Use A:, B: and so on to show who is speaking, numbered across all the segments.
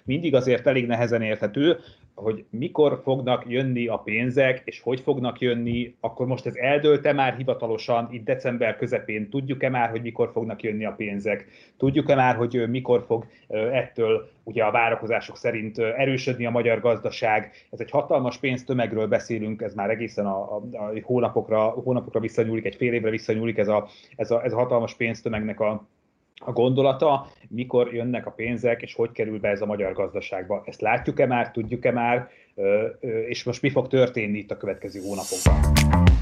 A: mindig azért elég nehezen érthető, hogy mikor fognak jönni a pénzek, és hogy fognak jönni, akkor most ez eldőlte már hivatalosan, itt december közepén, tudjuk-e már, hogy mikor fognak jönni a pénzek, tudjuk-e már, hogy mikor fog ettől ugye a várakozások szerint erősödni a magyar gazdaság. Ez egy hatalmas pénztömegről beszélünk, ez már egészen a hónapokra visszanyúlik, egy fél évre visszanyúlik ez a hatalmas pénztömegnek a gondolata, mikor jönnek a pénzek, és hogy kerül be ez a magyar gazdaságba. Ezt látjuk-e már, tudjuk-e már, és most mi fog történni itt a következő hónapokban.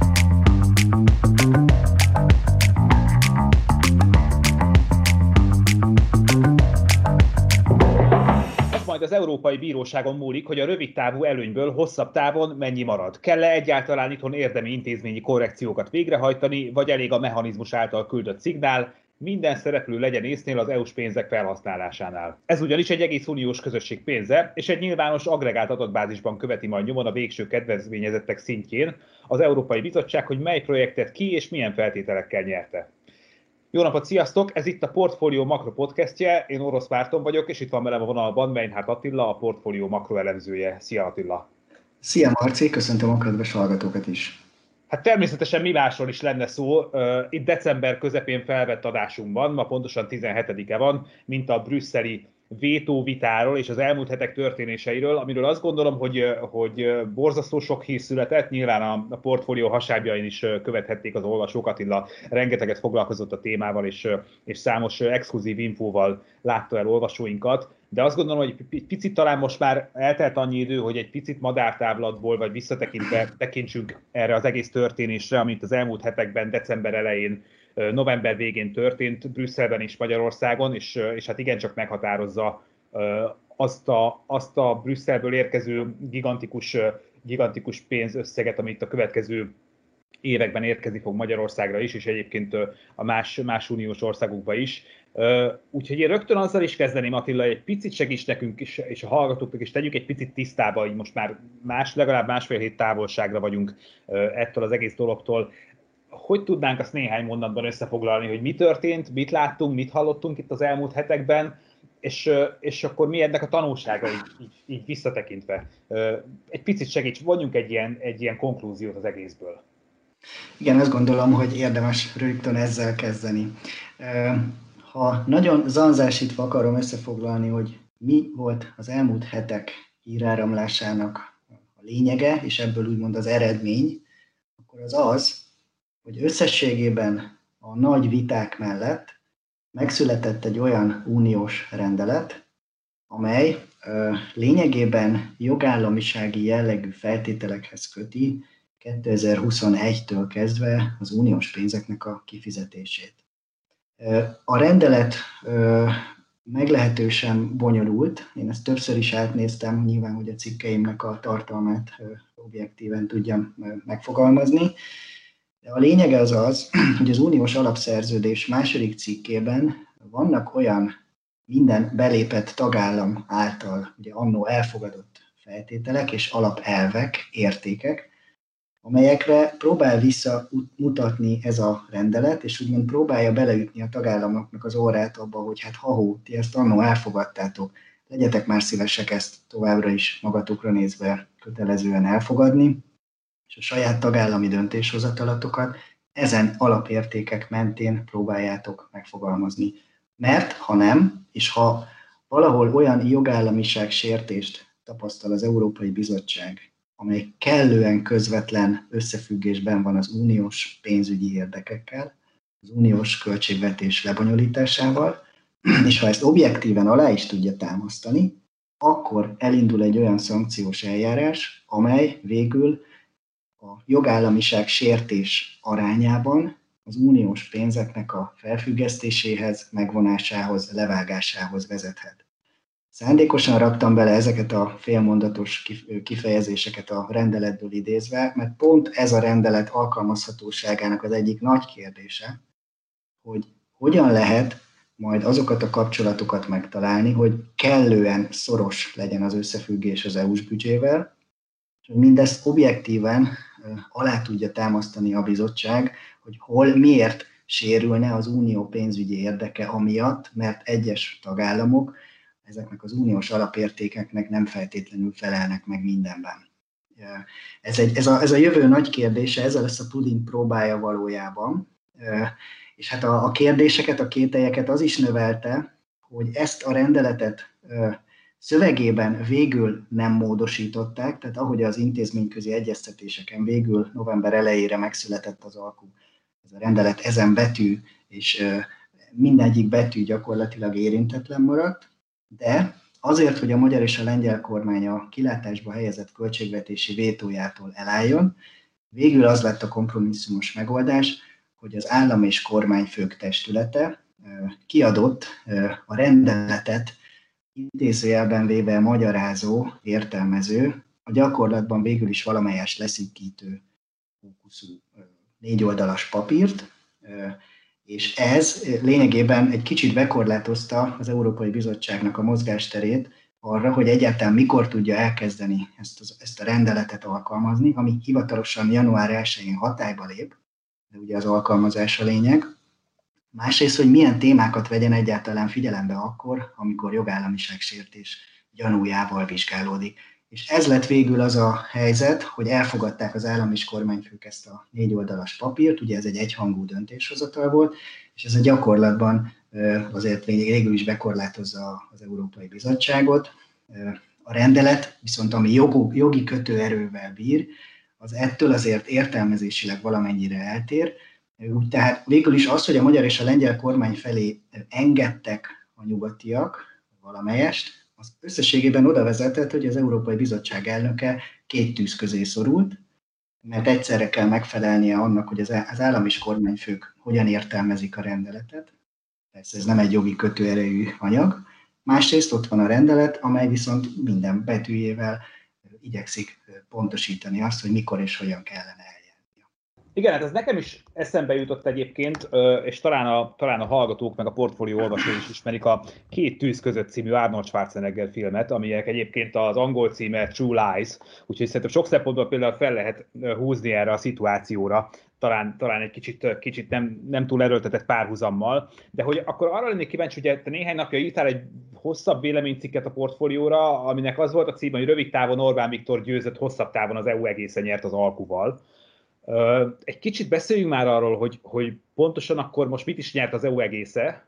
A: Ez majd az Európai Bíróságon múlik, hogy a rövid távú előnyből hosszabb távon mennyi marad. Kell-e egyáltalán itthon érdemi intézményi korrekciókat végrehajtani, vagy elég a mechanizmus által küldött szignál, minden szereplő legyen észnél az EU-s pénzek felhasználásánál. Ez ugyanis egy egész uniós közösség pénze, és egy nyilvános agregált adatbázisban követi majd nyomon a végső kedvezményezettek szintjén az Európai Bizottság, hogy mely projektet ki és milyen feltételekkel nyerte. Jó napot, sziasztok! Ez itt a Portfolio Makro podcastje, én Orosz Márton vagyok, és itt van velem a vonalban Meinhardt Attila, a Portfolio Makro elemzője. Szia Attila!
B: Szia Marci, köszöntöm a kedves hallgatókat is!
A: Hát természetesen mi másról is lenne szó, itt december közepén felvett adásunkban, ma pontosan 17-e van, mint a brüsszeli vétóvitáról és az elmúlt hetek történéseiről, amiről azt gondolom, hogy borzasztó sok hír született, nyilván a portfólió hasábjain is követhették az olvasók, Attila rengeteget foglalkozott a témával, és számos exkluzív infóval látta el olvasóinkat, de azt gondolom, hogy egy picit talán most már eltelt annyi idő, hogy egy picit madártávlatból, vagy visszatekintve tekintsünk erre az egész történésre, amit az elmúlt hetekben, december elején, november végén történt Brüsszelben és Magyarországon, és hát igencsak meghatározza azt a Brüsszelből érkező gigantikus pénzösszeget, amit a következő években érkezni fog Magyarországra is, és egyébként a más uniós országokba is. Úgyhogy én rögtön azzal is kezdeném, Attila, egy picit segíts nekünk is, és a hallgatóknak is tegyük egy picit tisztába, hogy most már legalább másfél hét távolságra vagyunk ettől az egész dologtól. Hogy tudnánk azt néhány mondatban összefoglalni, hogy mi történt, mit láttunk, mit hallottunk itt az elmúlt hetekben, és akkor mi ennek a tanulsága így visszatekintve? Egy picit segíts, vonjunk egy ilyen konklúziót az egészből.
B: Igen, azt gondolom, hogy érdemes rögtön ezzel kezdeni. Ha nagyon zanzásítva akarom összefoglalni, hogy mi volt az elmúlt hetek híráramlásának a lényege, és ebből úgymond az eredmény, akkor az, hogy összességében a nagy viták mellett megszületett egy olyan uniós rendelet, amely lényegében jogállamisági jellegű feltételekhez köti 2021-től kezdve az uniós pénzeknek a kifizetését. A rendelet meglehetősen bonyolult, én ezt többször is átnéztem, nyilván, hogy a cikkeimnek a tartalmát objektíven tudjam megfogalmazni. De a lényege az, hogy az uniós alapszerződés második cikkében vannak olyan minden belépett tagállam által ugye annó elfogadott feltételek és alapelvek, értékek, amelyekre próbál visszamutatni ez a rendelet, és úgymond próbálja beleütni a tagállamoknak az orrát abba, hogy hát ti ezt annó elfogadtátok, legyetek már szívesek ezt továbbra is magatokra nézve kötelezően elfogadni, és a saját tagállami döntéshozatalatokat ezen alapértékek mentén próbáljátok megfogalmazni. Mert ha nem, és ha valahol olyan jogállamiság sértést tapasztal az Európai Bizottság, amely kellően közvetlen összefüggésben van az uniós pénzügyi érdekekkel, az uniós költségvetés lebonyolításával, és ha ezt objektíven alá is tudja támasztani, akkor elindul egy olyan szankciós eljárás, amely végül a jogállamiság sértés arányában az uniós pénzeknek a felfüggesztéséhez, megvonásához, levágásához vezethet. Szándékosan raktam bele ezeket a félmondatos kifejezéseket a rendeletből idézve, mert pont ez a rendelet alkalmazhatóságának az egyik nagy kérdése, hogy hogyan lehet majd azokat a kapcsolatokat megtalálni, hogy kellően szoros legyen az összefüggés az EU-s büdzsével, és hogy mindezt objektíven alá tudja támasztani a bizottság, hogy hol miért sérülne az unió pénzügyi érdeke amiatt, mert egyes tagállamok ezeknek az uniós alapértékeknek nem feltétlenül felelnek meg mindenben. Ez a jövő nagy kérdése, ez lesz a puding próbája valójában. És hát a kérdéseket, a kételyeket az is növelte, hogy ezt a rendeletet szövegében végül nem módosították, tehát ahogy az intézményközi egyeztetéseken végül november elejére megszületett az alkú, ez a rendelet ezen betű, és mindegyik betű gyakorlatilag érintetlen maradt, de azért, hogy a magyar és a lengyel kormány a kilátásba helyezett költségvetési vétójától elálljon, végül az lett a kompromisszumos megoldás, hogy az állam és kormányfők testülete kiadott a rendeletet idézőjelben véve magyarázó, értelmező, a gyakorlatban végül is valamelyest leszűkítő fókuszú 4 oldalas papírt, és ez lényegében egy kicsit bekorlátozta az Európai Bizottságnak a mozgásterét arra, hogy egyáltalán mikor tudja elkezdeni ezt a rendeletet alkalmazni, ami hivatalosan január 1-én hatályba lép, de ugye az alkalmazás a lényeg. Másrészt, hogy milyen témákat vegyen egyáltalán figyelembe akkor, amikor jogállamiságsértés gyanújával vizsgálódik. És ez lett végül az a helyzet, hogy elfogadták az állam és kormányfők ezt a 4 oldalas papírt, ugye ez egy egyhangú döntéshozatal volt, és ez a gyakorlatban azért végül is bekorlátozza az Európai Bizottságot. A rendelet viszont, ami jogi kötőerővel bír, az ettől azért értelmezésileg valamennyire eltér. Úgy tehát végül is az, hogy a magyar és a lengyel kormány felé engedtek a nyugatiak valamelyest, az összességében oda vezetett, hogy az Európai Bizottság elnöke 2 tűz közé szorult, mert egyszerre kell megfelelnie annak, hogy az állam és kormányfők hogyan értelmezik a rendeletet. Persze ez nem egy jogi kötőerejű anyag. Másrészt ott van a rendelet, amely viszont minden betűjével igyekszik pontosítani azt, hogy mikor és hogyan kellene eljárnia.
A: Igen, hát ez nekem is eszembe jutott egyébként, és talán a hallgatók meg a portfólió olvasói is ismerik a 2 tűz között című Arnold Schwarzenegger filmet, amelyek egyébként az angol címe True Lies, úgyhogy szerintem sok szempontból például fel lehet húzni erre a szituációra, talán egy kicsit nem túl erőltetett párhuzammal, de hogy akkor arra lennék kíváncsi, hogy te néhány napja írtál egy hosszabb véleménycikket a portfólióra, aminek az volt a címe, hogy rövid távon Orbán Viktor győzött, hosszabb távon az EU egészen nyert az alkuval. Egy kicsit beszéljünk már arról, hogy pontosan akkor most mit is nyert az EU egésze,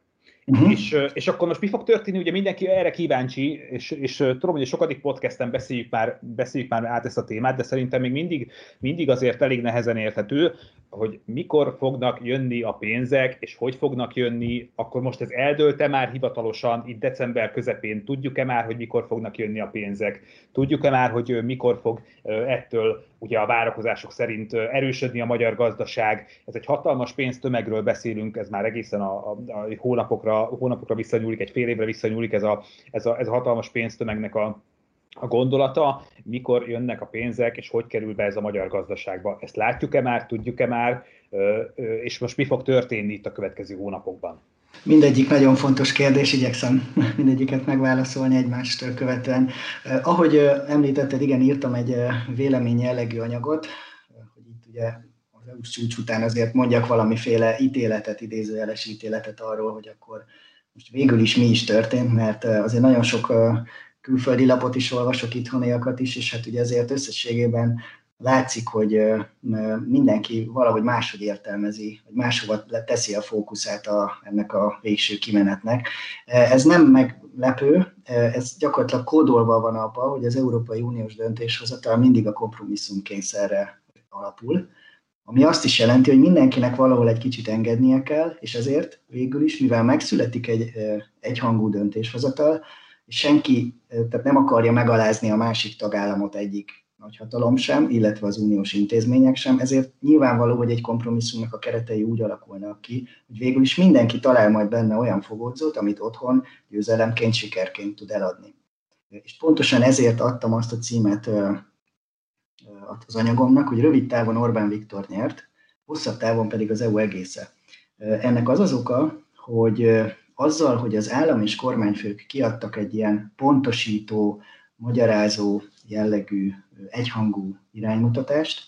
A: és akkor most mi fog történni, ugye mindenki erre kíváncsi, és tudom, hogy a sokadik podcasten beszéljük már át ezt a témát, de szerintem még mindig azért elég nehezen érthető, hogy mikor fognak jönni a pénzek, és hogy fognak jönni, akkor most ez eldőlte már hivatalosan, itt december közepén, tudjuk-e már, hogy mikor fognak jönni a pénzek, tudjuk-e már, hogy mikor fog ettől ugye a várakozások szerint erősödni a magyar gazdaság, ez egy hatalmas pénztömegről beszélünk, ez már egészen a hónapokra visszanyúlik, egy fél évre visszanyúlik ez a hatalmas pénztömegnek a gondolata, mikor jönnek a pénzek, és hogy kerül be ez a magyar gazdaságba. Ezt látjuk-e már, tudjuk-e már, és most mi fog történni itt a következő hónapokban?
B: Mindegyik nagyon fontos kérdés, igyekszem mindegyiket megválaszolni egymást követően. Ahogy említetted, igen, írtam egy vélemény jellegű anyagot, hogy itt ugye az EU-s csúcs után azért mondjak valamiféle ítéletet, idézőjeles ítéletet arról, hogy akkor most végül is mi is történt, mert azért nagyon sok külföldi lapot is olvasok, itthoniakat is, és hát ugye azért összességében látszik, hogy mindenki valahogy máshogy értelmezi, vagy máshova teszi a fókuszát ennek a végső kimenetnek. Ez nem meglepő, ez gyakorlatilag kódolva van abban, hogy az Európai Uniós döntéshozatal mindig a kompromisszumkényszerre alapul, ami azt is jelenti, hogy mindenkinek valahol egy kicsit engednie kell, és ezért végül is, mivel megszületik egy egyhangú döntéshozatal, és senki tehát nem akarja megalázni a másik tagállamot egyik nagyhatalom sem, illetve az uniós intézmények sem, ezért nyilvánvaló, hogy egy kompromisszumnak a keretei úgy alakulnak ki, hogy végül is mindenki talál majd benne olyan fogódzót, amit otthon győzelemként, sikerként tud eladni. És pontosan ezért adtam azt a címet az anyagomnak, hogy rövid távon Orbán Viktor nyert, hosszabb távon pedig az EU egésze. Ennek az az oka, hogy azzal, hogy az állam és kormányfők kiadtak egy ilyen pontosító, magyarázó jellegű, egyhangú iránymutatást,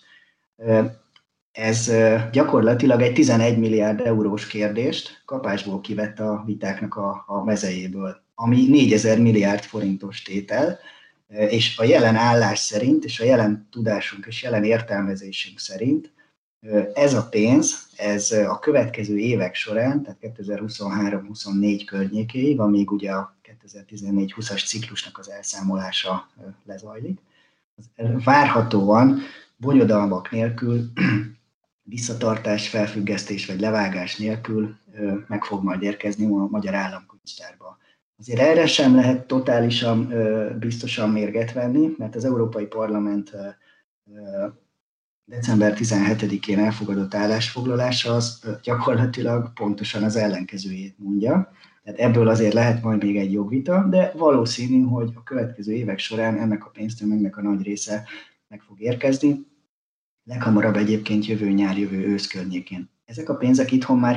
B: ez gyakorlatilag egy 11 milliárd eurós kérdést kapásból kivett a vitáknak a mezejéből. ami 4000 milliárd forintos tétel, és a jelen állás szerint, és a jelen tudásunk és jelen értelmezésünk szerint ez a pénz, ez a következő évek során, tehát 2023-24 környékéig, amíg ugye a 2014-20-as ciklusnak az elszámolása lezajlik, várhatóan bonyodalmak nélkül, visszatartás, felfüggesztés vagy levágás nélkül meg fog majd érkezni a Magyar Államkincstárba. Azért erre sem lehet totálisan biztosan mérget venni, mert az Európai Parlament december 17-én elfogadott állásfoglalása az gyakorlatilag pontosan az ellenkezőjét mondja. Tehát ebből azért lehet majd még egy jogvita, de valószínű, hogy a következő évek során ennek a pénztömegnek a nagy része meg fog érkezni. Leghamarabb egyébként jövő nyár, jövő ősz környékén. Ezek a pénzek itthon már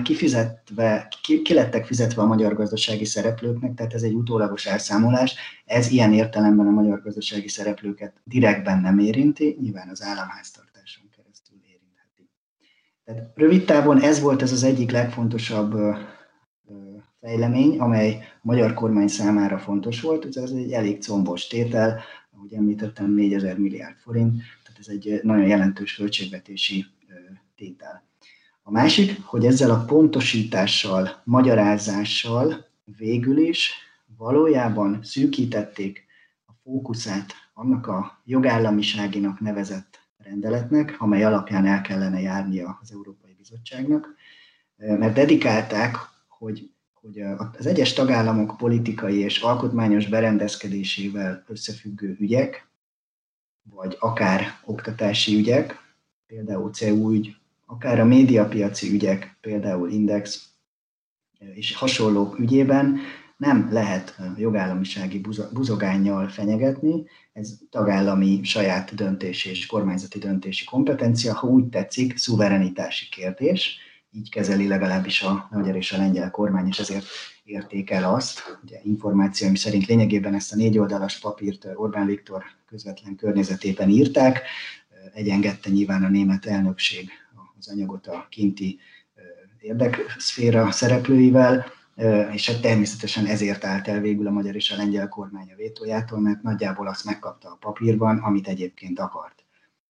B: ki lettek fizetve a magyar gazdasági szereplőknek, tehát ez egy utólagos elszámolás. Ez ilyen értelemben a magyar gazdasági szereplőket direktben nem érinti, nyilván az államháztartáson keresztül érintheti. Tehát rövid távon ez volt az egyik legfontosabb fejlemény, amely a magyar kormány számára fontos volt. Ez egy elég combos tétel, ahogy említettem, 4000 milliárd forint, tehát ez egy nagyon jelentős költségvetési tétel. A másik, hogy ezzel a pontosítással, magyarázással végül is valójában szűkítették a fókuszát annak a jogállamiságinak nevezett rendeletnek, amely alapján el kellene járnia az Európai Bizottságnak, mert dedikálták, hogy az egyes tagállamok politikai és alkotmányos berendezkedésével összefüggő ügyek, vagy akár oktatási ügyek, például CEU ügy, akár a médiapiaci ügyek, például Index és hasonlók ügyében nem lehet jogállamisági buzogánnyal fenyegetni, ez tagállami saját döntési és kormányzati döntési kompetencia, ha úgy tetszik, szuverenitási kérdés, így kezeli legalábbis a magyar és a lengyel kormány, és ezért értékel azt, ugye információim szerint lényegében ezt a 4 oldalas papírt Orbán Viktor közvetlen környezetében írták, egyengedte nyilván a német elnökség az anyagot a kinti érdekszféra szereplőivel, és hát természetesen ezért állt el végül a magyar és a lengyel kormány a vétójától, mert nagyjából azt megkapta a papírban, amit egyébként akart.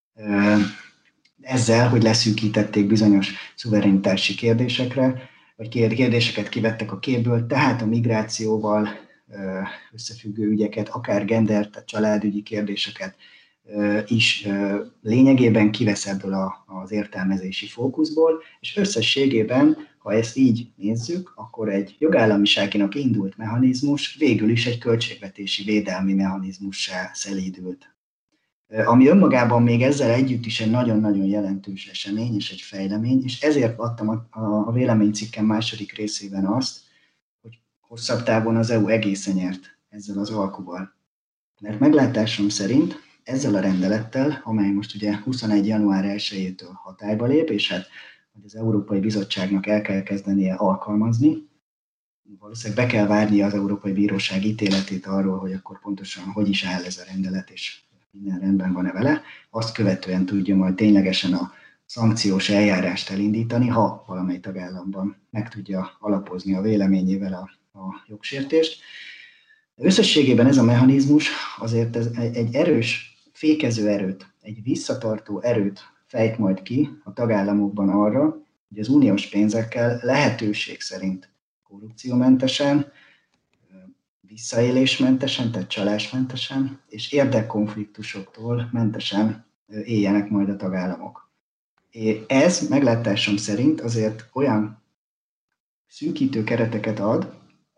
B: Ezzel, hogy leszűkítették bizonyos szuverenitási kérdésekre, vagy kérdéseket kivettek a képből, tehát a migrációval összefüggő ügyeket, akár gender, tehát családügyi kérdéseket is lényegében kivesz ebből az értelmezési fókuszból, és összességében, ha ezt így nézzük, akkor egy jogállamiságinak indult mechanizmus végül is egy költségvetési védelmi mechanizmussá szelídült. Ami önmagában még ezzel együtt is egy nagyon-nagyon jelentős esemény és egy fejlemény, és ezért adtam a véleménycikkem második részében azt, hogy hosszabb távon az EU egészen nyert ezzel az alkuval. Mert meglátásom szerint ezzel a rendelettel, amely most ugye 21. január 1-től hatályba lép, és hát hogy az Európai Bizottságnak el kell kezdenie alkalmazni, valószínűleg be kell várnia az Európai Bíróság ítéletét arról, hogy akkor pontosan hogy is áll ez a rendelet, és minden rendben van-e vele, azt követően tudja majd ténylegesen a szankciós eljárást elindítani, ha valamely tagállamban meg tudja alapozni a véleményével a jogsértést. Összességében ez a mechanizmus azért egy erős fékező erőt, egy visszatartó erőt fejt majd ki a tagállamokban arra, hogy az uniós pénzekkel lehetőség szerint korrupciómentesen, visszaélésmentesen, tehát csalásmentesen, és érdekkonfliktusoktól mentesen éljenek majd a tagállamok. Ez meglátásom szerint azért olyan szűkítő kereteket ad,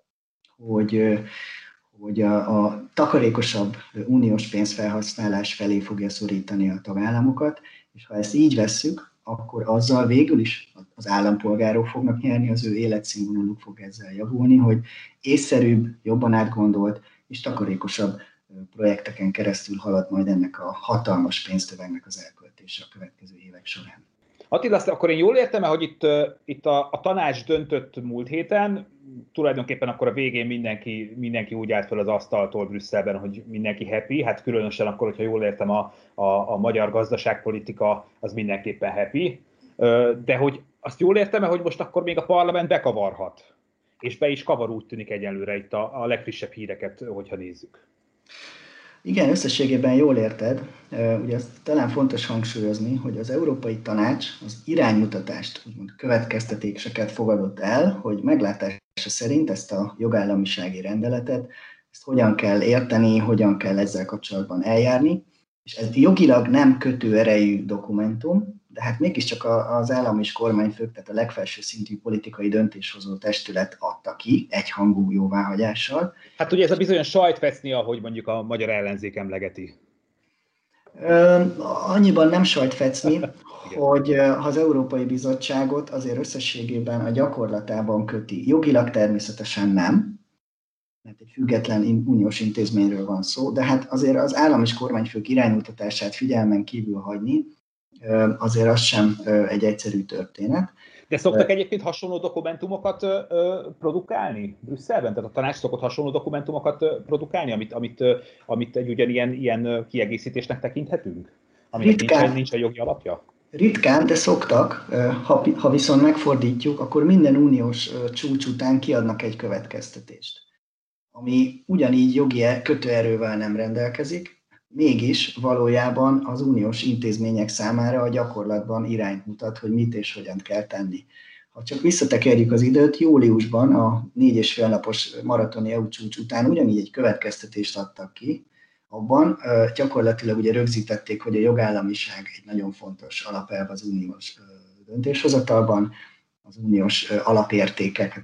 B: hogy a takarékosabb uniós pénzfelhasználás felé fogja szorítani a tagállamokat, és ha ezt így vesszük, akkor azzal végül is az állampolgárok fognak nyerni, az ő életszínvonaluk fog ezzel javulni, hogy észszerűbb, jobban átgondolt és takarékosabb projekteken keresztül halad majd ennek a hatalmas pénztömegnek az elköltése a következő évek során.
A: Attila, akkor én jól értem, hogy itt a tanács döntött múlt héten, tulajdonképpen akkor a végén mindenki úgy állt fel az asztaltól Brüsszelben, hogy mindenki happy, hát különösen akkor, hogyha jól értem, a magyar gazdaságpolitika az mindenképpen happy, de hogy azt jól értem, hogy most akkor még a parlament bekavarhat. és be is kavar, úgy tűnik egyelőre itt a legfrissebb híreket, hogyha nézzük.
B: Igen, összességében jól érted. Ugye azt talán fontos hangsúlyozni, hogy az Európai Tanács az iránymutatást, úgymond következtetéseket fogadott el, hogy meglátása szerint ezt a jogállamisági rendeletet, ezt hogyan kell érteni, hogyan kell ezzel kapcsolatban eljárni. És ez jogilag nem kötő erejű dokumentum, de hát mégiscsak az állam és kormányfők, tehát a legfelső szintű politikai döntéshozó testület adta ki egyhangú jóváhagyással.
A: Hát ugye ez a bizonyos sajtfecni, ahogy mondjuk a magyar ellenzék emlegeti.
B: Annyiban nem sajtfecni, hogy ha az Európai Bizottságot azért összességében a gyakorlatában köti. Jogilag természetesen nem, mert egy független uniós intézményről van szó, de hát azért az állam és kormányfők iránymutatását figyelmen kívül hagyni, azért az sem egy egyszerű történet.
A: De szoktak egyébként hasonló dokumentumokat produkálni Brüsszelben? Tehát a tanács szokott hasonló dokumentumokat produkálni, amit egy ugyanilyen kiegészítésnek tekinthetünk? Aminek nincs a jogi alapja?
B: Ritkán, de szoktak. Ha viszont megfordítjuk, akkor minden uniós csúcs után kiadnak egy következtetést, ami ugyanígy jogi kötőerővel nem rendelkezik, mégis valójában az uniós intézmények számára a gyakorlatban irányt mutat, hogy mit és hogyan kell tenni. Ha csak visszatekerjük az időt, júliusban a 4,5 napos maratoni EU csúcs után ugyanígy egy következtetést adtak ki, abban gyakorlatilag ugye rögzítették, hogy a jogállamiság egy nagyon fontos alapelv az uniós döntéshozatalban, az uniós alapértékek,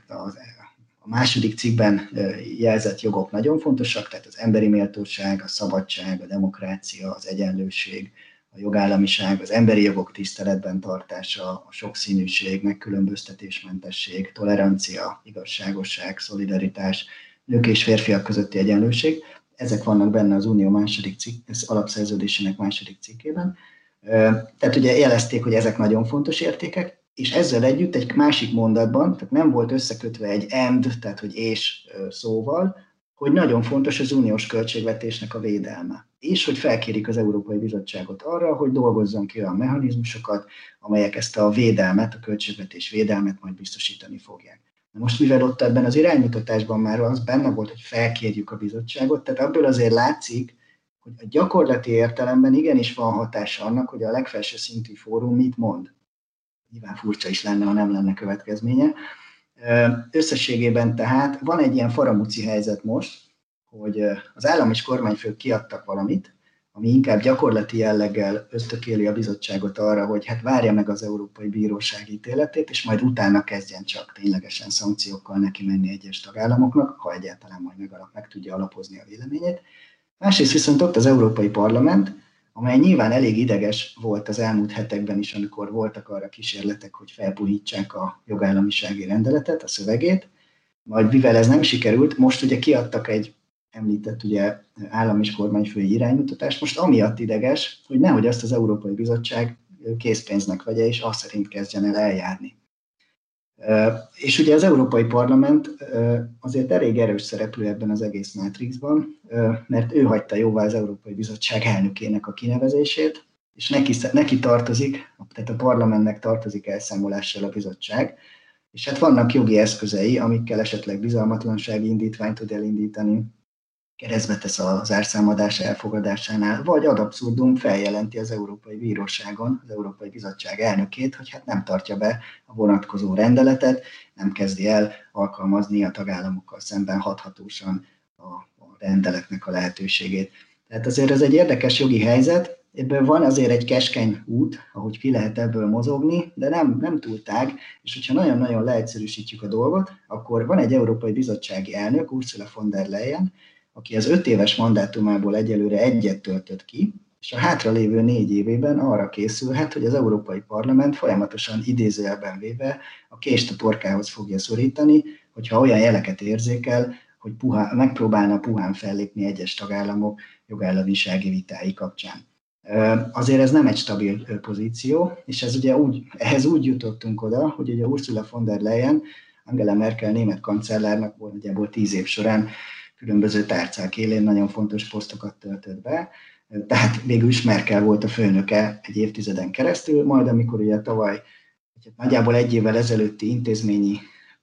B: a második cikkben jelzett jogok nagyon fontosak, tehát az emberi méltóság, a szabadság, a demokrácia, az egyenlőség, a jogállamiság, az emberi jogok tiszteletben tartása, a sokszínűség, megkülönböztetésmentesség, tolerancia, igazságosság, szolidaritás, nők és férfiak közötti egyenlőség. Ezek vannak benne az Unió alapszerződésének második cikkében. Tehát ugye jelezték, hogy ezek nagyon fontos értékek, és ezzel együtt egy másik mondatban, tehát nem volt összekötve egy and, tehát hogy és szóval, hogy nagyon fontos az uniós költségvetésnek a védelme. És hogy felkérik az Európai Bizottságot arra, hogy dolgozzon ki olyan mechanizmusokat, amelyek ezt a védelmet, a költségvetés védelmet majd biztosítani fogják. Na most, mivel ott ebben az iránymutatásban már az benne volt, hogy felkérjük a bizottságot, tehát abból azért látszik, hogy a gyakorlati értelemben igenis van hatása annak, hogy a legfelső szintű fórum mit mond. Nyilván furcsa is lenne, ha nem lenne következménye. Összességében tehát van egy ilyen faramúci helyzet most, hogy az állam és kormányfők kiadtak valamit, ami inkább gyakorlati jelleggel ösztökéli a bizottságot arra, hogy hát várja meg az Európai Bíróság ítéletét, és majd utána kezdjen csak ténylegesen szankciókkal neki menni egyes tagállamoknak, ha egyáltalán majd meg tudja alapozni a véleményét. Másrészt viszont ott az Európai Parlament, amely nyilván elég ideges volt az elmúlt hetekben is, amikor voltak arra kísérletek, hogy felpuhítsák a jogállamisági rendeletet, a szövegét, majd mivel ez nem sikerült, most ugye kiadtak egy említett ugye állam és kormányfői iránymutatást, most amiatt ideges, hogy nehogy azt az Európai Bizottság készpénznek vegye, és azt szerint kezdjen el eljárni. És ugye az Európai Parlament azért elég erős szereplő ebben az egész mátrixban, mert ő hagyta jóvá az Európai Bizottság elnökének a kinevezését, és neki tartozik, tehát a parlamentnek tartozik elszámolással a bizottság, és hát vannak jogi eszközei, amikkel esetleg bizalmatlansági indítványt tud elindítani, keresztbe tesz az zárszámadás elfogadásánál, vagy ad abszurdum feljelenti az Európai Bíróságon, az Európai Bizottság elnökét, hogy hát nem tartja be a vonatkozó rendeletet, nem kezdi el alkalmazni a tagállamokkal szemben hathatósan a rendeletnek a lehetőségét. Tehát azért ez egy érdekes jogi helyzet, ebből van azért egy keskeny út, ahogy ki lehet ebből mozogni, de nem túl tág, és hogyha nagyon-nagyon leegyszerűsítjük a dolgot, akkor van egy Európai Bizottsági elnök, Ursula von der Leyen, aki az 5 éves mandátumából egyelőre egyet töltött ki, és a hátralévő 4 évében arra készülhet, hogy az Európai Parlament folyamatosan idézőjelben véve a kést a torkához fogja szorítani, hogyha olyan jeleket érzékel, hogy megpróbálna puhán fellépni egyes tagállamok jogállamisági vitái kapcsán. Azért ez nem egy stabil pozíció, és ehhez úgy jutottunk oda, hogy ugye Ursula von der Leyen, Angela Merkel német kancellárnak nagyjából 10 év során különböző tárcák élén nagyon fontos posztokat töltött be, tehát végül is Merkel volt a főnöke egy évtizeden keresztül, majd amikor ugye tavaly nagyjából 1 évvel ezelőtti intézményi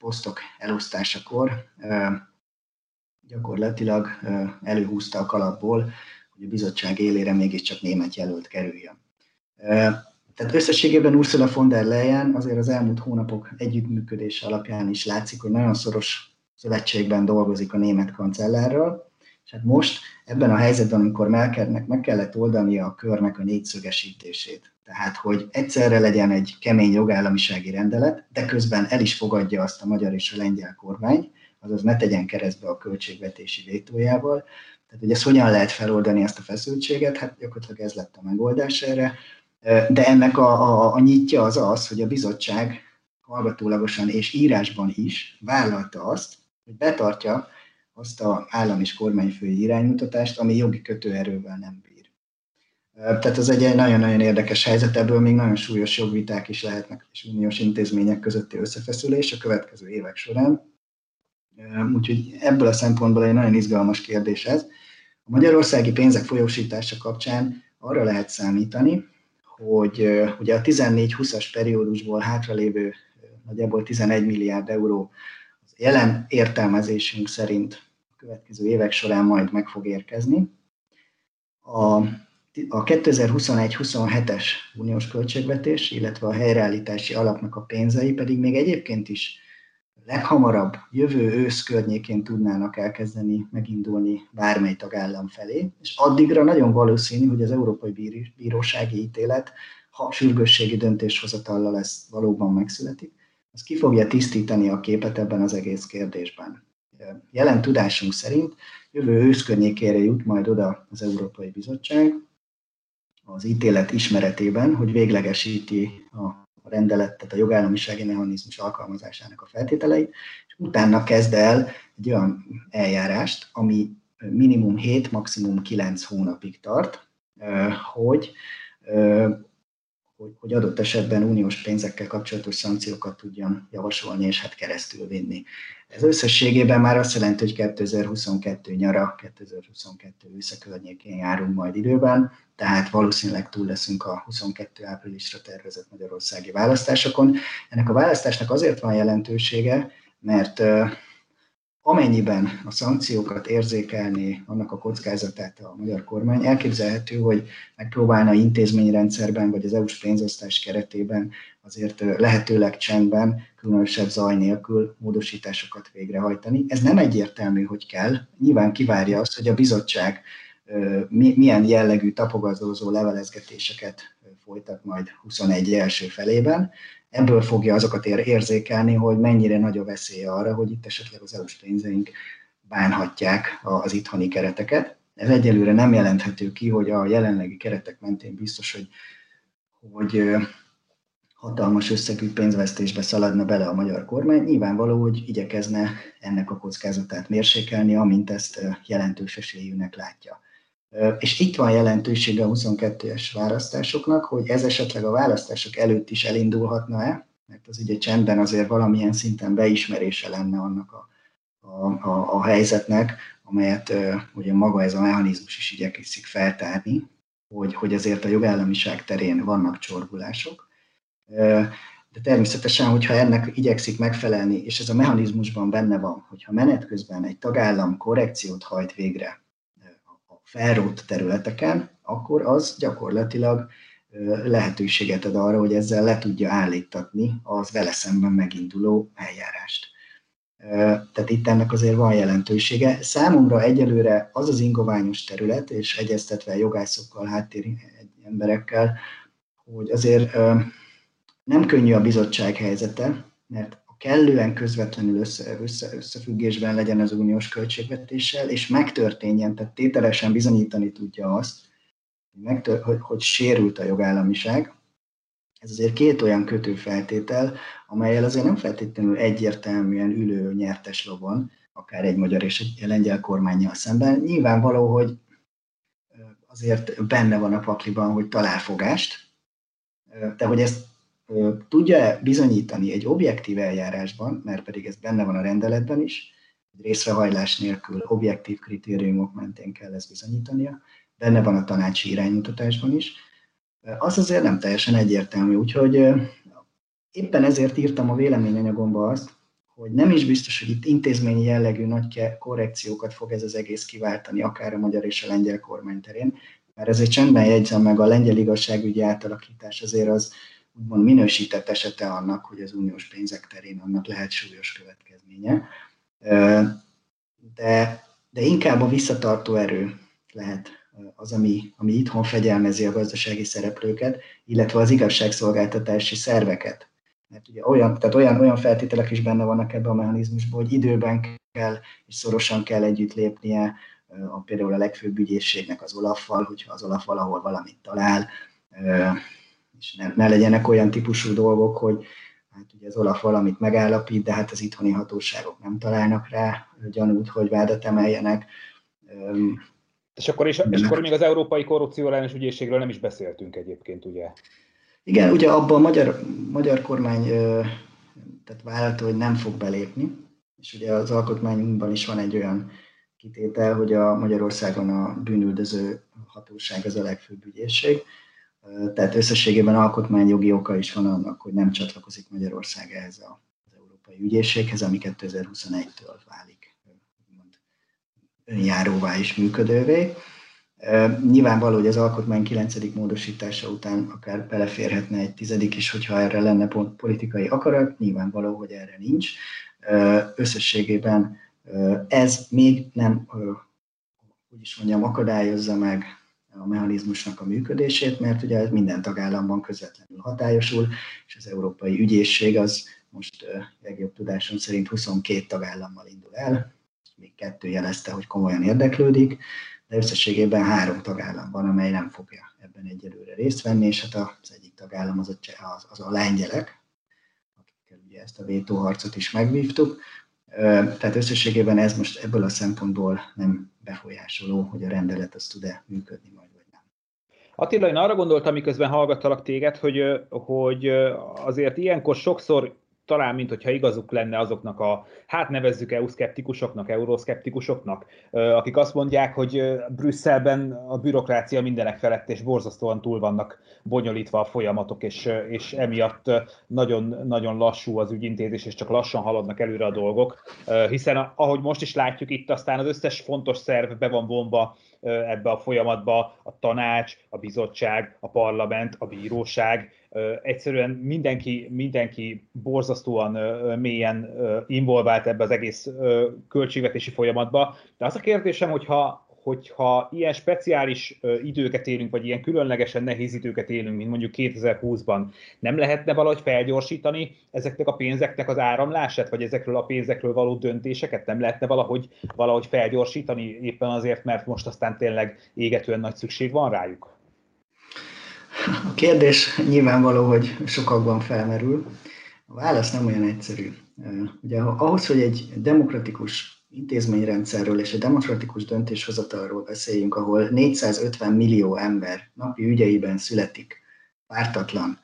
B: posztok elosztásakor gyakorlatilag előhúzta a kalapból, hogy a bizottság élére mégiscsak német jelölt kerüljön. Tehát összességében Ursula von der Leyen azért az elmúlt hónapok együttműködése alapján is látszik, hogy nagyon szoros szövetségben dolgozik a német kancellárral, és hát most ebben a helyzetben, amikor Merkelnek meg kellett oldania a körnek a négyszögesítését, tehát hogy egyszerre legyen egy kemény jogállamisági rendelet, de közben el is fogadja azt a magyar és a lengyel kormány, azaz ne tegyen keresztbe a költségvetési vétójával. Tehát, hogy ezt hogyan lehet feloldani, ezt a feszültséget, hát gyakorlatilag ez lett a megoldás erre. De ennek a nyitja az, hogy a bizottság hallgatólagosan és írásban is vállalta azt, hogy betartja azt az állam és kormányfői iránymutatást, ami jogi kötőerővel nem bír. Tehát ez egy nagyon-nagyon érdekes helyzet, ebből még nagyon súlyos jogviták is lehetnek, és uniós intézmények közötti összefeszülés a következő évek során. Úgyhogy ebből a szempontból egy nagyon izgalmas kérdés ez. A magyarországi pénzek folyósítása kapcsán arra lehet számítani, hogy ugye a 14-20-as periódusból hátralévő nagyjából 11 milliárd euró az jelen értelmezésünk szerint a következő évek során majd meg fog érkezni. A 2021-27-es uniós költségvetés, illetve a helyreállítási alapnak a pénzei pedig még egyébként is leghamarabb jövő ősz környékén tudnának elkezdeni megindulni bármely tagállam felé, és addigra nagyon valószínű, hogy az Európai Bírósági ítélet, ha sürgősségi döntéshozatallal ez valóban megszületik, az ki fogja tisztítani a képet ebben az egész kérdésben. Jelen tudásunk szerint jövő ősz környékére jut majd oda az Európai Bizottság az ítélet ismeretében, hogy véglegesíti a rendelet, tehát a jogállamisági mechanizmus alkalmazásának a feltételeit, és utána kezd el egy olyan eljárást, ami minimum 7, maximum 9 hónapig tart, hogy adott esetben uniós pénzekkel kapcsolatos szankciókat tudjon javasolni és hát keresztül vinni. Ez összességében már azt jelenti, hogy 2022 nyara, 2022 ősze környékén járunk majd időben, tehát valószínűleg túl leszünk a 22 áprilisra tervezett magyarországi választásokon. Ennek a választásnak azért van jelentősége, mert amennyiben a szankciókat érzékelné, annak a kockázatát a magyar kormány, elképzelhető, hogy megpróbálna intézményrendszerben vagy az EU-s pénzosztás keretében azért lehetőleg csendben, különösebb zaj nélkül módosításokat végrehajtani. Ez nem egyértelmű, hogy kell. Nyilván kivárja azt, hogy a bizottság milyen jellegű tapogatózó levelezgetéseket folytat majd 21 első felében. Ebből fogja azokat érzékelni, hogy mennyire nagy a veszélye arra, hogy itt esetleg az EU-s pénzeink bánhatják az itthoni kereteket. Ez egyelőre nem jelenthető ki, hogy a jelenlegi keretek mentén biztos, hogy hatalmas összegű pénzvesztésbe szaladna bele a magyar kormány. Nyilvánvaló, hogy igyekezne ennek a kockázatát mérsékelni, amint ezt jelentős esélyűnek látja. És itt van jelentősége a 22-es választásoknak, hogy ez esetleg a választások előtt is elindulhatna-e, mert az ugye csendben azért valamilyen szinten beismerése lenne annak a helyzetnek, amelyet ugye maga ez a mechanizmus is igyekszik feltárni, hogy azért a jogállamiság terén vannak csorbulások. De természetesen, hogyha ennek igyekszik megfelelni, és ez a mechanizmusban benne van, hogyha menet közben egy tagállam korrekciót hajt végre felrótt területeken, akkor az gyakorlatilag lehetőséget ad arra, hogy ezzel le tudja állítatni az vele szemben meginduló eljárást. Tehát itt ennek azért van jelentősége. Számomra egyelőre az az ingoványos terület, és egyeztetve jogászokkal, háttéri emberekkel, hogy azért nem könnyű a bizottság helyzete, mert kellően közvetlenül összefüggésben legyen az uniós költségvetéssel, és megtörténjen, tehát tételesen bizonyítani tudja azt, hogy sérült a jogállamiság. Ez azért két olyan kötőfeltétel, amellyel azért nem feltétlenül egyértelműen ülő nyertes lovon, akár egy magyar és egy lengyel kormánnyal szemben. Nyilvánvaló, hogy azért benne van a pakliban, hogy talál fogást, de hogy ezt tudja bizonyítani egy objektív eljárásban, mert pedig ez benne van a rendeletben is, hogy részrehajlás nélkül objektív kritériumok mentén kell ezt bizonyítania, benne van a tanácsi iránymutatásban is, az azért nem teljesen egyértelmű. Úgyhogy éppen ezért írtam a véleményanyagomba azt, hogy nem is biztos, hogy itt intézményi jellegű nagy korrekciókat fog ez az egész kiváltani, akár a magyar és a lengyel kormány terén, mert ezért csendben jegyzem meg, a lengyel igazságügyi átalakítás azért az úgymond minősített esete annak, hogy az uniós pénzek terén annak lehet súlyos következménye. De inkább a visszatartó erő lehet az, ami itthon fegyelmezi a gazdasági szereplőket, illetve az igazságszolgáltatási szerveket. Mert ugye olyan feltételek is benne vannak ebben a mechanizmusban, hogy időben kell és szorosan kell együtt lépnie például a legfőbb ügyészségnek az OLAF-val, hogyha az OLAF valahol valamit talál, és ne legyenek olyan típusú dolgok, hogy hát ugye az OLAF valamit megállapít, de hát az itthoni hatóságok nem találnak rá gyanút, hogy vádat emeljenek.
A: És akkor még az Európai Korrupció ellenes ügyészségről nem is beszéltünk egyébként, ugye?
B: Igen, ugye abban a magyar kormány tehát vállalta, hogy nem fog belépni, és ugye az alkotmányunkban is van egy olyan kitétel, hogy a Magyarországon a bűnüldöző hatóság az a legfőbb ügyészség. Tehát összességében alkotmányjogi oka is van annak, hogy nem csatlakozik Magyarország ehhez az Európai Ügyészséghez, ami 2021-től válik önjáróvá és működővé. Nyilvánvaló, hogy az alkotmány 9. módosítása után akár beleférhetne egy 10. is, hogyha erre lenne politikai akarat, nyilvánvaló, hogy erre nincs. Összességében ez még nem, akadályozza meg a mechanizmusnak a működését, mert ugye ez minden tagállamban közvetlenül hatályosul, és az Európai Ügyészség az most legjobb tudásom szerint 22 tagállammal indul el, még 2 jelezte, hogy komolyan érdeklődik, de összességében 3 tagállam van, amely nem fogja ebben egyelőre részt venni, és hát az egyik tagállam az a lengyelek, akikkel ugye ezt a vétóharcot is megvívtuk. Tehát összességében ez most ebből a szempontból nem befolyásoló, hogy a rendelet az tud-e működni majd, vagy nem.
A: Attila, én arra gondoltam, miközben hallgattalak téged, hogy azért ilyenkor sokszor talán, mintha igazuk lenne azoknak hát nevezzük EU-szkeptikusoknak, euroszkeptikusoknak, akik azt mondják, hogy Brüsszelben a bürokrácia mindenek felett, és borzasztóan túl vannak bonyolítva a folyamatok, és emiatt nagyon, nagyon lassú az ügyintézés, és csak lassan haladnak előre a dolgok, hiszen ahogy most is látjuk, itt aztán az összes fontos szerv be van vonva ebbe a folyamatba, a tanács, a bizottság, a parlament, a bíróság, egyszerűen mindenki borzasztóan mélyen involvált ebbe az egész költségvetési folyamatba. De az a kérdésem, hogyha ilyen speciális időket élünk, vagy ilyen különlegesen nehéz időket élünk, mint mondjuk 2020-ban, nem lehetne valahogy felgyorsítani ezeknek a pénzeknek az áramlását, vagy ezekről a pénzekről való döntéseket? Nem lehetne valahogy felgyorsítani éppen azért, mert most aztán tényleg égetően nagy szükség van rájuk?
B: A kérdés nyilvánvaló, hogy sokakban felmerül. A válasz nem olyan egyszerű. Ugye ahhoz, hogy egy demokratikus intézményrendszerről és egy demokratikus döntéshozatalról beszéljünk, ahol 450 millió ember napi ügyeiben születik pártatlan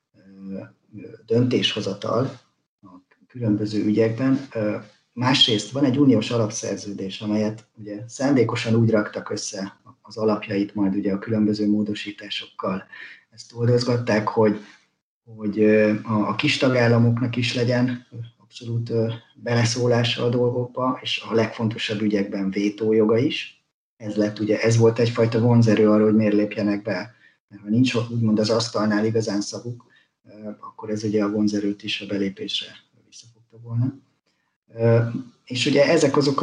B: döntéshozatal a különböző ügyekben. Másrészt van egy uniós alapszerződés, amelyet ugye szándékosan úgy raktak össze az alapjait majd ugye a különböző módosításokkal. Ezt oldozgatták, hogy a kis tagállamoknak is legyen abszolút beleszólása a dolgokba, és a legfontosabb ügyekben vétójoga is. Ez volt egyfajta vonzerő arra, hogy miért lépjenek be. Mert ha nincs úgymond az asztalnál igazán szavuk, akkor ez ugye a vonzerőt is a belépésre visszafogta volna. És ugye ezek azok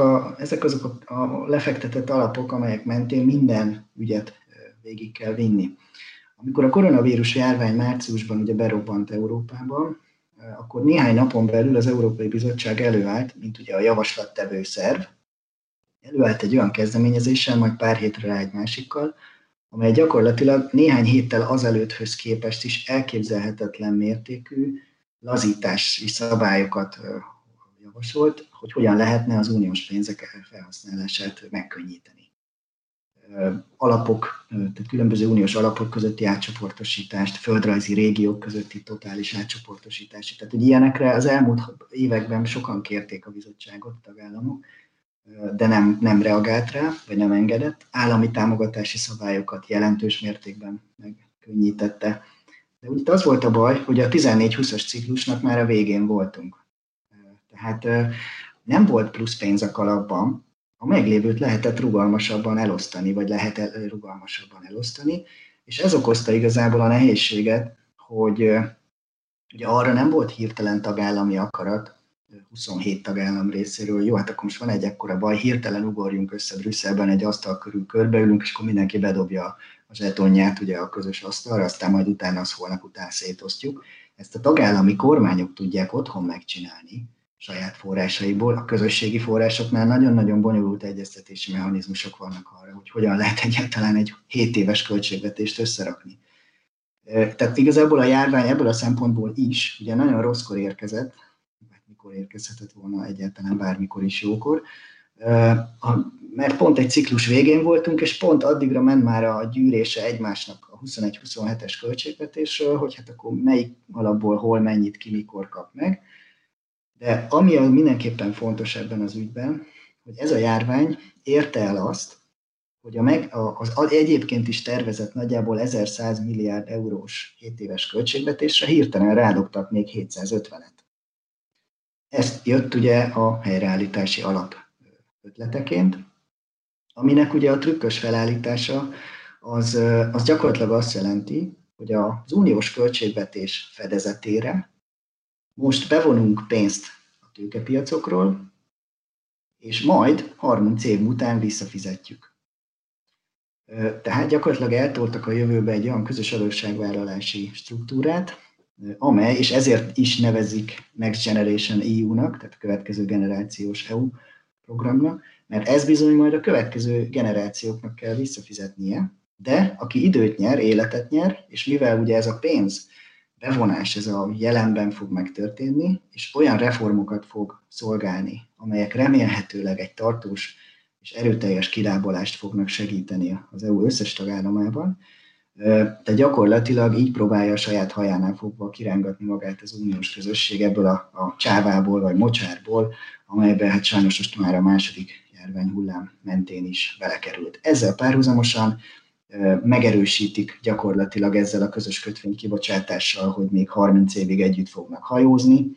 B: a lefektetett alapok, amelyek mentén minden ügyet végig kell vinni. Amikor a koronavírus járvány márciusban ugye berobbant Európában, akkor néhány napon belül az Európai Bizottság előállt, mint ugye a javaslattevő szerv, előállt egy olyan kezdeményezéssel, majd pár hétre rá egy másikkal, amely gyakorlatilag néhány héttel azelőtthöz képest is elképzelhetetlen mértékű lazítási szabályokat javasolt, hogy hogyan lehetne az uniós pénzek felhasználását megkönnyíteni. Alapok, tehát különböző uniós alapok közötti átcsoportosítást, földrajzi régiók közötti totális átcsoportosítást. Tehát, hogy ilyenekre az elmúlt években sokan kérték a bizottságot, tagállamok, de nem reagált rá, vagy nem engedett. Állami támogatási szabályokat jelentős mértékben megkönnyítette. De úgy az volt a baj, hogy a 14-20-as ciklusnak már a végén voltunk. Tehát nem volt plusz pénz a kalapban, a meglévőt lehetett rugalmasabban elosztani, vagy lehet rugalmasabban elosztani, és ez okozta igazából a nehézséget, hogy ugye arra nem volt hirtelen tagállami akarat, 27 tagállam részéről, jó, hát akkor most van egy ekkora baj, hirtelen ugorjunk össze Brüsszelben, egy asztal körül körbeülünk, és akkor mindenki bedobja a zsetonját ugye a közös asztalra, aztán majd utána azt holnap után szétosztjuk. Ezt a tagállami kormányok tudják otthon megcsinálni, saját forrásaiból. A közösségi forrásoknál nagyon-nagyon bonyolult egyeztetési mechanizmusok vannak arra, hogy hogyan lehet egyáltalán egy 7 éves költségvetést összerakni. Tehát igazából a járvány ebből a szempontból is ugye nagyon rosszkor érkezett, mikor érkezhetett volna egyáltalán bármikor is jókor, mert pont egy ciklus végén voltunk, és pont addigra ment már a gyűrése egymásnak a 21-27-es költségvetésről, hogy hát akkor melyik alapból hol mennyit ki mikor kap meg. De ami mindenképpen fontos ebben az ügyben, hogy ez a járvány érte el azt, hogy az egyébként is tervezett nagyjából 1100 milliárd eurós 7 éves költségvetésre hirtelen rádobtak még 750-et. Ez jött ugye a helyreállítási alap ötleteként, aminek ugye a trükkös felállítása az gyakorlatilag azt jelenti, hogy az uniós költségvetés fedezetére most bevonunk pénzt a tőkepiacokról, és majd 30 év után visszafizetjük. Tehát gyakorlatilag eltoltak a jövőbe egy olyan közös adósságvállalási struktúrát, amely, és ezért is nevezik Next Generation EU-nak, tehát a következő generációs EU programnak, mert ez bizony majd a következő generációknak kell visszafizetnie, de aki időt nyer, életet nyer, és mivel ugye ez a pénz bevonás, ez a jelenben fog megtörténni, és olyan reformokat fog szolgálni, amelyek remélhetőleg egy tartós és erőteljes kilábalást fognak segíteni az EU összes tagállamában, de gyakorlatilag így próbálja a saját hajánál fogva kirángatni magát az uniós közösség ebből a csávából vagy mocsárból, amelyben hát sajnos most már a második járványhullám mentén is belekerült. Ezzel párhuzamosan megerősítik gyakorlatilag ezzel a közös kötvénykibocsátással, hogy még 30 évig együtt fognak hajózni.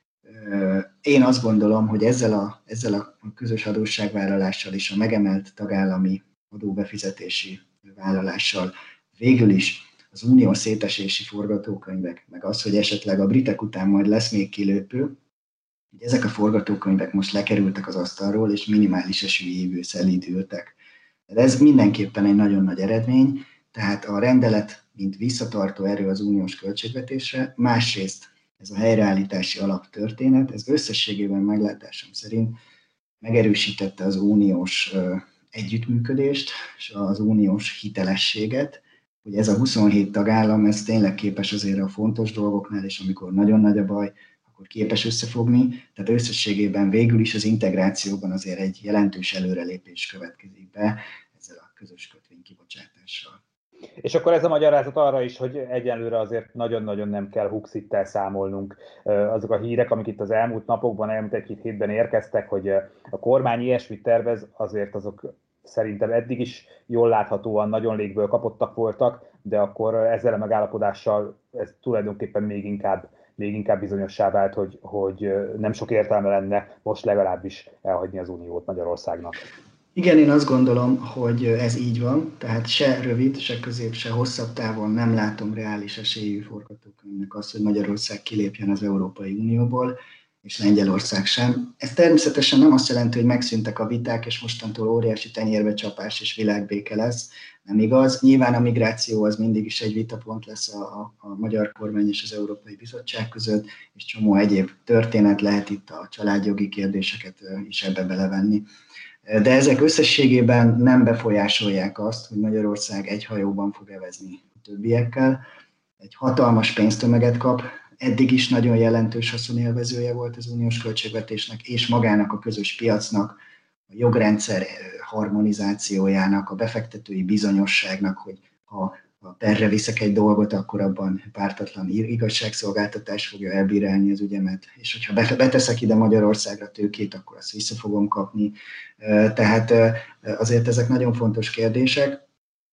B: Én azt gondolom, hogy ezzel a közös adósságvállalással és a megemelt tagállami adóbefizetési vállalással végül is az unió szétesési forgatókönyvek, meg az, hogy esetleg a britek után majd lesz még kilépő, hogy ezek a forgatókönyvek most lekerültek az asztalról, és minimális esőívő szelídültek. Ez mindenképpen egy nagyon nagy eredmény, tehát a rendelet, mint visszatartó erő az uniós költségvetésre, másrészt ez a helyreállítási alaptörténet, ez összességében meglátásom szerint megerősítette az uniós együttműködést és az uniós hitelességet, hogy ez a 27 tagállam, ez tényleg képes azért a fontos dolgoknál, és amikor nagyon nagy a baj, akkor képes összefogni, tehát összességében végül is az integrációban azért egy jelentős előrelépés következik be ezzel a közös kötvénykibocsátással.
A: És akkor ez a magyarázat arra is, hogy egyenlőre azért nagyon-nagyon nem kell Huxittel számolnunk. Azok a hírek, amik itt az elmúlt napokban, elmúlt egy-két hétben érkeztek, hogy a kormány ilyesmit tervez, azért azok szerintem eddig is jól láthatóan nagyon légből kapottak voltak, de akkor ezzel a megállapodással ez tulajdonképpen még inkább bizonyossá vált, hogy nem sok értelme lenne most legalábbis elhagyni az uniót Magyarországnak.
B: Igen, én azt gondolom, hogy ez így van, tehát se rövid, se közép, se hosszabb távon nem látom reális esélyű forgatókönyvnek azt, hogy Magyarország kilépjen az Európai Unióból, és Lengyelország sem. Ez természetesen nem azt jelenti, hogy megszűntek a viták, és mostantól óriási tenyérbe csapás és világbéke lesz. Nem igaz. Nyilván a migráció az mindig is egy vitapont lesz a magyar kormány és az Európai Bizottság között, és csomó egyéb történet lehet itt a családjogi kérdéseket is ebbe belevenni. De ezek összességében nem befolyásolják azt, hogy Magyarország egy hajóban fog evezni a többiekkel. Egy hatalmas pénztömeget kap, eddig is nagyon jelentős haszonélvezője volt az uniós költségvetésnek, és magának a közös piacnak, a jogrendszer harmonizációjának, a befektetői bizonyosságnak, hogy ha perre viszek egy dolgot, akkor abban pártatlan igazságszolgáltatás fogja elbírálni az ügyemet, és hogyha beteszek ide Magyarországra tőkét, akkor azt vissza fogom kapni. Tehát azért ezek nagyon fontos kérdések,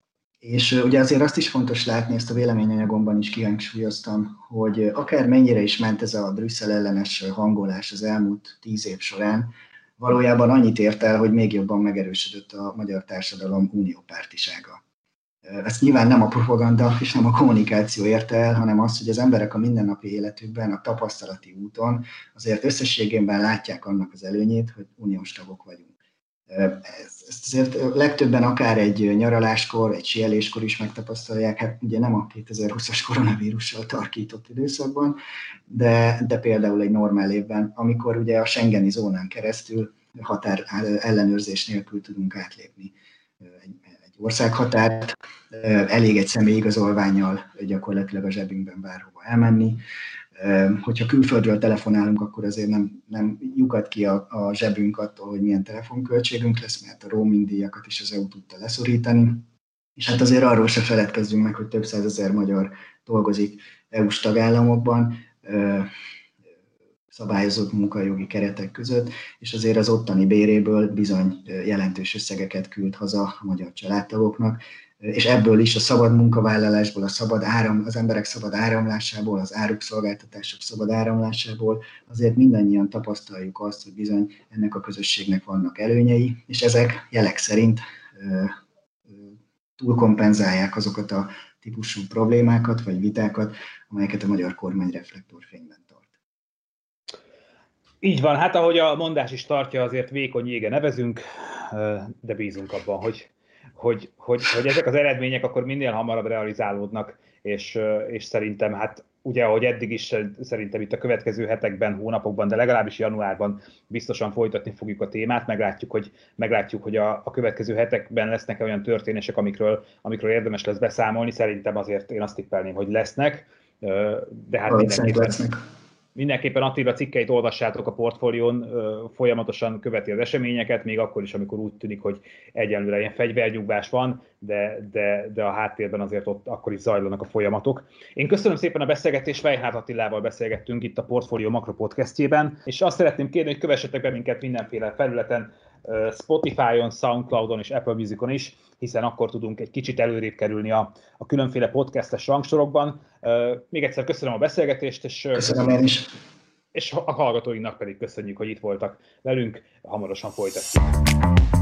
B: És ugye azért azt is fontos látni, ezt a véleményanyagomban is kihangsúlyoztam, hogy akár mennyire is ment ez a Brüsszel ellenes hangolás az elmúlt 10 év során, valójában annyit ért el, hogy még jobban megerősödött a magyar társadalom uniópártisága. Ezt nyilván nem a propaganda és nem a kommunikáció érte el, hanem az, hogy az emberek a mindennapi életükben, a tapasztalati úton azért összességében látják annak az előnyét, hogy uniós tagok vagyunk. Ezt azért legtöbben akár egy nyaraláskor, egy síeléskor is megtapasztalják, hát ugye nem a 2020-as koronavírussal tarkított időszakban, de például egy normál évben, amikor ugye a Schengeni zónán keresztül határ ellenőrzés nélkül tudunk átlépni egy országhatárt, elég egy személyigazolvánnyal gyakorlatilag a zsebünkben bárhova elmenni. Hogyha külföldről telefonálunk, akkor azért nem lyukad ki a zsebünk attól, hogy milyen telefonköltségünk lesz, mert a roaming díjakat is az EU tudta leszorítani. És hát azért arról se feledkezzünk meg, hogy több százezer magyar dolgozik EU-s tagállamokban, szabályozott munkajogi keretek között, és azért az ottani béréből bizony jelentős összegeket küld haza a magyar családtagoknak, és ebből is a szabad munkavállalásból, az emberek szabad áramlásából, az áruk, szolgáltatások szabad áramlásából azért mindannyian tapasztaljuk azt, hogy bizony ennek a közösségnek vannak előnyei, és ezek jelek szerint túlkompenzálják azokat a típusú problémákat vagy vitákat, amelyeket a magyar kormány reflektorfényben tart.
A: Így van, hát ahogy a mondás is tartja, azért vékony jége nevezünk, de bízunk abban, hogy ezek az eredmények akkor minél hamarabb realizálódnak, és szerintem, hát ugye, ahogy eddig is, szerintem itt a következő hetekben, hónapokban, de legalábbis januárban biztosan folytatni fogjuk a témát, meglátjuk, hogy a következő hetekben lesznek olyan történések, amikről érdemes lesz beszámolni, szerintem azért én azt tippelném, hogy lesznek, de hát mindenképpen Attila cikkeit olvassátok a Portfólión, folyamatosan követi az eseményeket, még akkor is, amikor úgy tűnik, hogy egyelőre ilyen fegyvernyugvás van, de a háttérben azért ott akkor is zajlanak a folyamatok. Én köszönöm szépen a beszélgetést, Vejhát Attilával beszélgettünk itt a Portfólió Makro podcastjében, és azt szeretném kérni, hogy kövessetek be minket mindenféle felületen, Spotify-on, Soundcloud-on és Apple Music-on is, hiszen akkor tudunk egy kicsit előrébb kerülni a különféle podcastes rangsorokban. Még egyszer köszönöm a beszélgetést, és a hallgatóinknak pedig köszönjük, hogy itt voltak velünk, hamarosan folytatjuk.